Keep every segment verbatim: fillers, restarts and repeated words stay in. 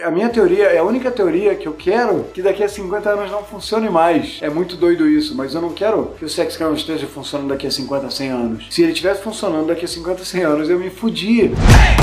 A minha teoria é a única teoria que eu quero que daqui a cinquenta anos não funcione mais. É muito doido isso, mas eu não quero que o Sex Canvas esteja funcionando daqui a cinquenta, cem anos. Se ele estivesse funcionando daqui a cinquenta, cem anos, eu me fudi.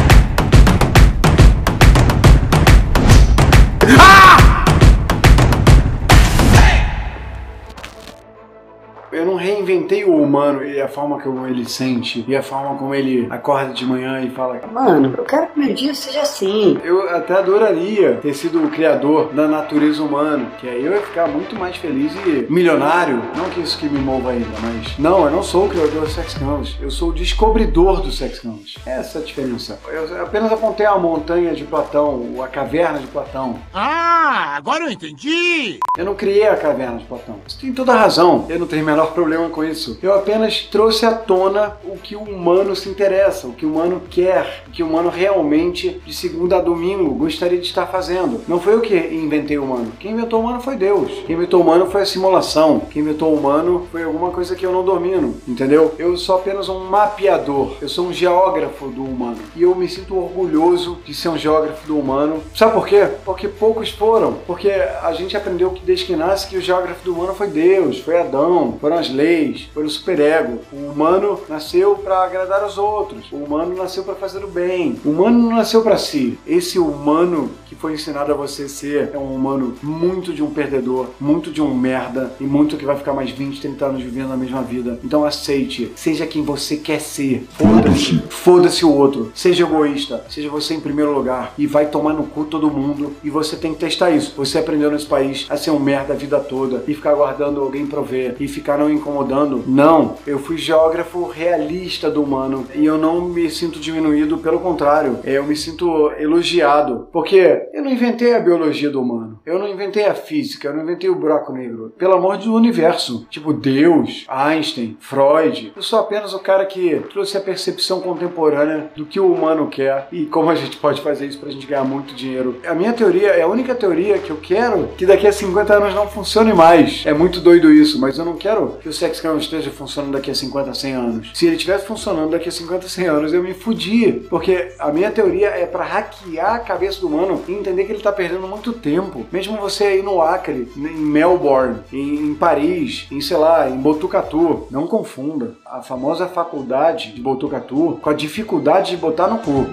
Eu não reinventei o humano e a forma como ele sente, e a forma como ele acorda de manhã e fala: mano, eu quero que meu dia seja assim. Eu até adoraria ter sido o criador da natureza humana, que aí eu ia ficar muito mais feliz e milionário. Não que isso que me mova ainda, mas... Não, eu não sou o criador do Sex Canvas, eu sou o descobridor do Sex Canvas. Essa é a diferença. Eu apenas apontei a montanha de Platão, a caverna de Platão. Ah, agora eu entendi! Eu não criei a caverna de Platão. Você tem toda a razão, eu não tenho o menor problema com isso. Eu apenas trouxe à tona o que o humano se interessa, o que o humano quer, o que o humano realmente, de segunda a domingo, gostaria de estar fazendo. Não foi eu que inventei o humano. Quem inventou o humano foi Deus. Quem inventou o humano foi a simulação. Quem inventou o humano foi alguma coisa que eu não domino, entendeu? Eu sou apenas um mapeador. Eu sou um geógrafo do humano. E eu me sinto orgulhoso de ser um geógrafo do humano. Sabe por quê? Porque poucos foram. Porque a gente aprendeu que desde que nasce que o geógrafo do humano foi Deus, foi Adão, foram as leis, foi o superego. O humano nasceu para agradar aos outros. O humano nasceu para fazer o bem. O humano não nasceu para si. Esse humano que foi ensinado a você ser é um humano muito de um perdedor, muito de um merda e muito que vai ficar mais vinte, trinta anos vivendo a mesma vida. Então aceite, seja quem você quer ser. Foda-se. Foda-se o outro. Seja egoísta. Seja você em primeiro lugar. E vai tomar no cu todo mundo. E você tem que testar isso. Você aprendeu nesse país a ser um merda a vida toda e ficar aguardando alguém prover e ficar não incomodando. Não. Eu fui geógrafo realista do humano e eu não me sinto diminuído, pelo contrário. Eu me sinto elogiado. Porque eu não inventei a biologia do humano. Eu não inventei a física. Eu não inventei o buraco negro. Pelo amor do universo. Tipo Deus, Einstein, Freud. Eu sou apenas o cara que trouxe a percepção contemporânea do que o humano quer e como a gente pode fazer isso pra gente ganhar muito dinheiro. A minha teoria é a única teoria que eu quero que daqui a cinquenta anos não funcione mais. É muito doido isso, mas eu não quero que o Sex Canvas esteja funcionando daqui a cinquenta, cem anos. Se ele estivesse funcionando daqui a cinquenta, cem anos, eu me fudi. Porque a minha teoria é pra hackear a cabeça do humano e entender que ele tá perdendo muito tempo. Mesmo você aí no Acre, em Melbourne, em, em Paris, em, sei lá, em Botucatu. Não confunda a famosa faculdade de Botucatu com a dificuldade de botar no cu.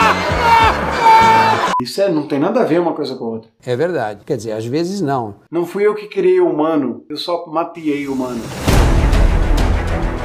Isso é, não tem nada a ver uma coisa com a outra. É verdade. Quer dizer, às vezes não. Não fui eu que criei o humano, eu só mapeei o humano.